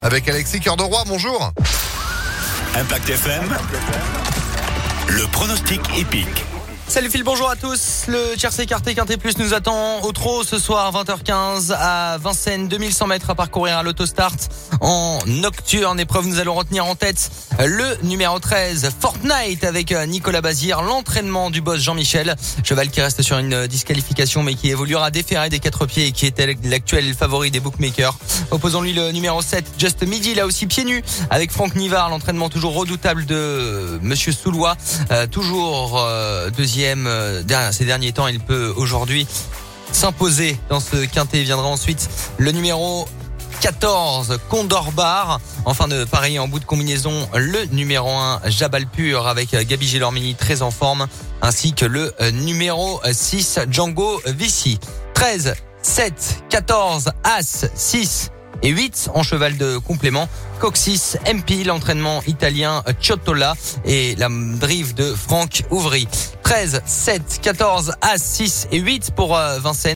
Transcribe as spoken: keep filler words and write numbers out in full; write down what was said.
Avec Alexis Cœur de Roi, bonjour. Impact F M, le pronostic épique. Salut Phil, bonjour à tous. Le tiercé écarté Quintet Plus nous attend au trot ce soir vingt heures quinze à Vincennes, deux mille cent mètres à parcourir à l'autostart en nocturne épreuve. Nous allons retenir en tête le numéro treize, Fortnite, avec Nicolas Bazir, l'entraînement du boss Jean-Michel. Cheval qui reste sur une disqualification mais qui évoluera déféré des quatre pieds et qui était l'actuel favori des bookmakers. Opposons-lui le numéro sept, Just Midi, là aussi pieds nus avec Franck Nivard, l'entraînement toujours redoutable de Monsieur Soulois, euh, toujours euh, deuxième euh, ces derniers temps. Il peut aujourd'hui s'imposer dans ce quintet. Viendra ensuite le numéro quatorze, Condor Bar. Enfin de parier en bout de combinaison, le numéro un, Jabal Pur, avec Gabi Gélormini très en forme, ainsi que le numéro six, Django Vici. treize, sept, quatorze, As, six et huit en cheval de complément. Coxis, M P, l'entraînement italien Ciottola et la drive de Franck Ouvry. treize, sept, quatorze, As, six et huit pour Vincennes.